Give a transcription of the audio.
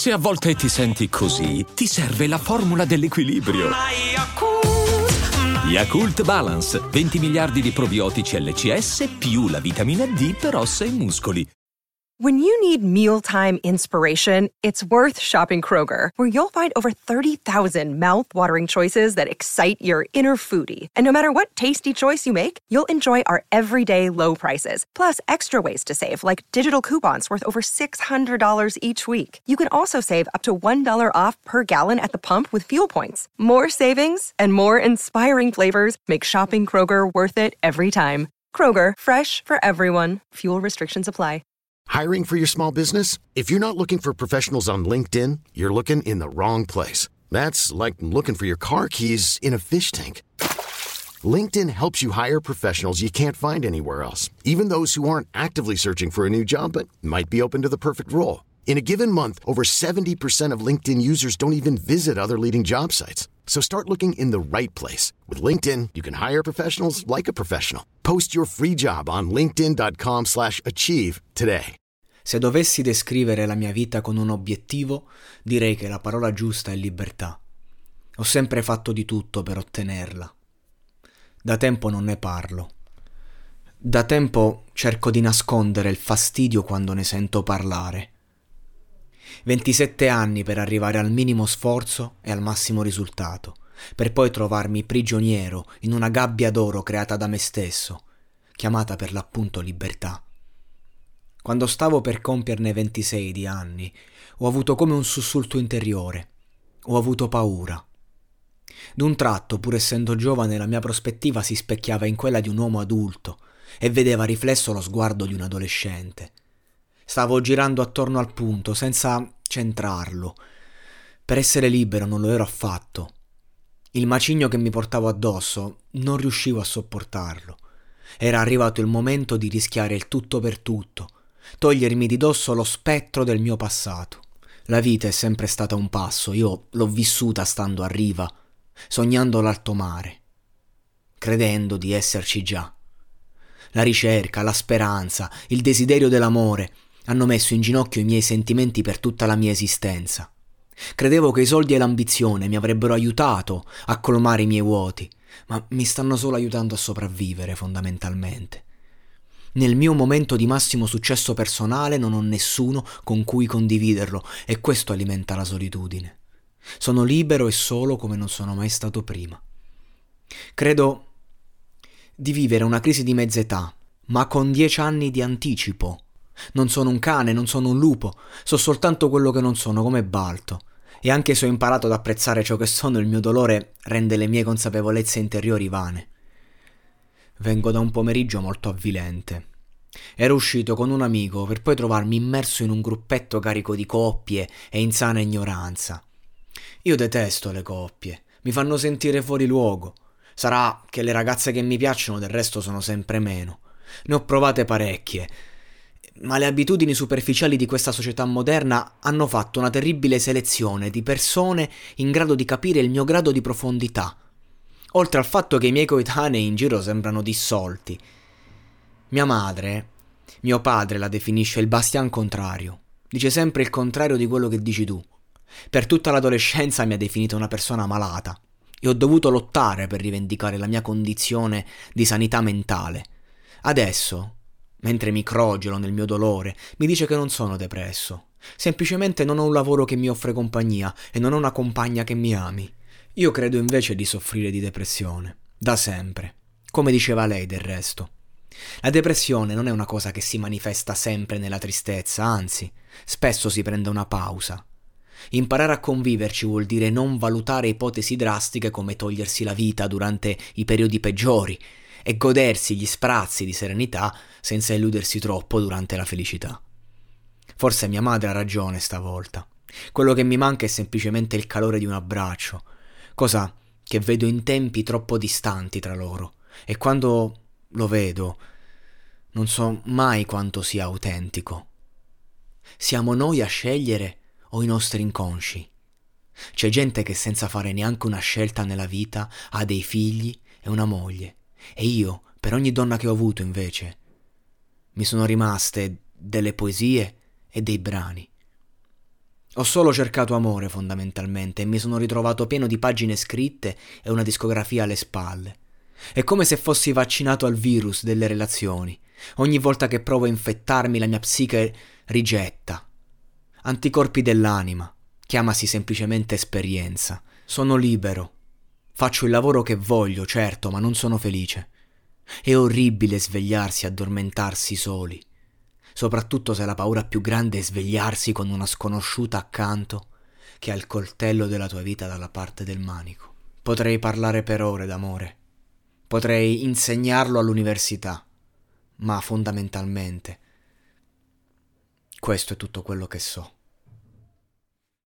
Se a volte ti senti così, ti serve la formula dell'equilibrio. Yakult Balance, 20 miliardi di probiotici LCS più la vitamina D per ossa e muscoli. When you need mealtime inspiration, it's worth shopping Kroger, where you'll find over 30,000 mouth-watering choices that excite your inner foodie. And no matter what tasty choice you make, you'll enjoy our everyday low prices, plus extra ways to save, like digital coupons worth over $600 each week. You can also save up to $1 off per gallon at the pump with fuel points. More savings and more inspiring flavors make shopping Kroger worth it every time. Kroger, fresh for everyone. Fuel restrictions apply. Hiring for your small business? If you're not looking for professionals on LinkedIn, you're looking in the wrong place. That's like looking for your car keys in a fish tank. LinkedIn helps you hire professionals you can't find anywhere else, even those who aren't actively searching for a new job but might be open to the perfect role. In a given month, over 70% of LinkedIn users don't even visit other leading job sites. So start looking in the right place. With LinkedIn, you can hire professionals like a professional. Post your free job on linkedin.com/achieve today. Se dovessi descrivere la mia vita con un obiettivo, direi che la parola giusta è libertà. Ho sempre fatto di tutto per ottenerla. Da tempo non ne parlo. Da tempo cerco di nascondere il fastidio quando ne sento parlare. 27 anni per arrivare al minimo sforzo e al massimo risultato, per poi trovarmi prigioniero in una gabbia d'oro creata da me stesso, chiamata per l'appunto libertà. Quando stavo per compierne 26 di anni, ho avuto come un sussulto interiore. Ho avuto paura. D'un tratto, pur essendo giovane, la mia prospettiva si specchiava in quella di un uomo adulto e vedeva riflesso lo sguardo di un adolescente. Stavo girando attorno al punto, senza centrarlo. Per essere libero non lo ero affatto. Il macigno che mi portavo addosso non riuscivo a sopportarlo. Era arrivato il momento di rischiare il tutto per tutto, togliermi di dosso lo spettro del mio passato. La vita è sempre stata un passo, io l'ho vissuta stando a riva, sognando l'alto mare, credendo di esserci già. La ricerca, la speranza, il desiderio dell'amore hanno messo in ginocchio i miei sentimenti per tutta la mia esistenza. Credevo che i soldi e l'ambizione mi avrebbero aiutato a colmare i miei vuoti, ma mi stanno solo aiutando a sopravvivere fondamentalmente. Nel mio momento di massimo successo personale non ho nessuno con cui condividerlo e questo alimenta la solitudine. Sono libero e solo come non sono mai stato prima. Credo di vivere una crisi di mezza età, ma con 10 anni di anticipo. Non sono un cane, non sono un lupo, so soltanto quello che non sono, come Balto. E anche se ho imparato ad apprezzare ciò che sono, il mio dolore rende le mie consapevolezze interiori vane. Vengo da un pomeriggio molto avvilente. Ero uscito con un amico per poi trovarmi immerso in un gruppetto carico di coppie e insana ignoranza. Io detesto le coppie, mi fanno sentire fuori luogo. Sarà che le ragazze che mi piacciono del resto sono sempre meno. Ne ho provate parecchie, ma le abitudini superficiali di questa società moderna hanno fatto una terribile selezione di persone in grado di capire il mio grado di profondità, oltre al fatto che i miei coetanei in giro sembrano dissolti. Mio padre la definisce il bastian contrario, dice sempre il contrario di quello che dici tu. Per tutta l'adolescenza mi ha definito una persona malata e ho dovuto lottare per rivendicare la mia condizione di sanità mentale. Adesso, mentre mi crogiolo nel mio dolore, mi dice che non sono depresso. Semplicemente non ho un lavoro che mi offre compagnia e non ho una compagna che mi ami. Io credo invece di soffrire di depressione, da sempre, come diceva lei del resto. La depressione non è una cosa che si manifesta sempre nella tristezza, anzi, spesso si prende una pausa. Imparare a conviverci vuol dire non valutare ipotesi drastiche come togliersi la vita durante i periodi peggiori e godersi gli sprazzi di serenità senza illudersi troppo durante la felicità. Forse mia madre ha ragione stavolta. Quello che mi manca è semplicemente il calore di un abbraccio, cosa che vedo in tempi troppo distanti tra loro, e quando lo vedo non so mai quanto sia autentico. Siamo noi a scegliere o i nostri inconsci? C'è gente che senza fare neanche una scelta nella vita ha dei figli e una moglie, e io, per ogni donna che ho avuto invece, mi sono rimaste delle poesie e dei brani. Ho solo cercato amore fondamentalmente e mi sono ritrovato pieno di pagine scritte e una discografia alle spalle. È come se fossi vaccinato al virus delle relazioni. Ogni volta che provo a infettarmi la mia psiche rigetta. Anticorpi dell'anima. Chiamasi semplicemente esperienza. Sono libero. Faccio il lavoro che voglio, certo, ma non sono felice. È orribile svegliarsi e addormentarsi soli. Soprattutto se la paura più grande è svegliarsi con una sconosciuta accanto che ha il coltello della tua vita dalla parte del manico. Potrei parlare per ore d'amore. Potrei insegnarlo all'università. Ma fondamentalmente questo è tutto quello che so.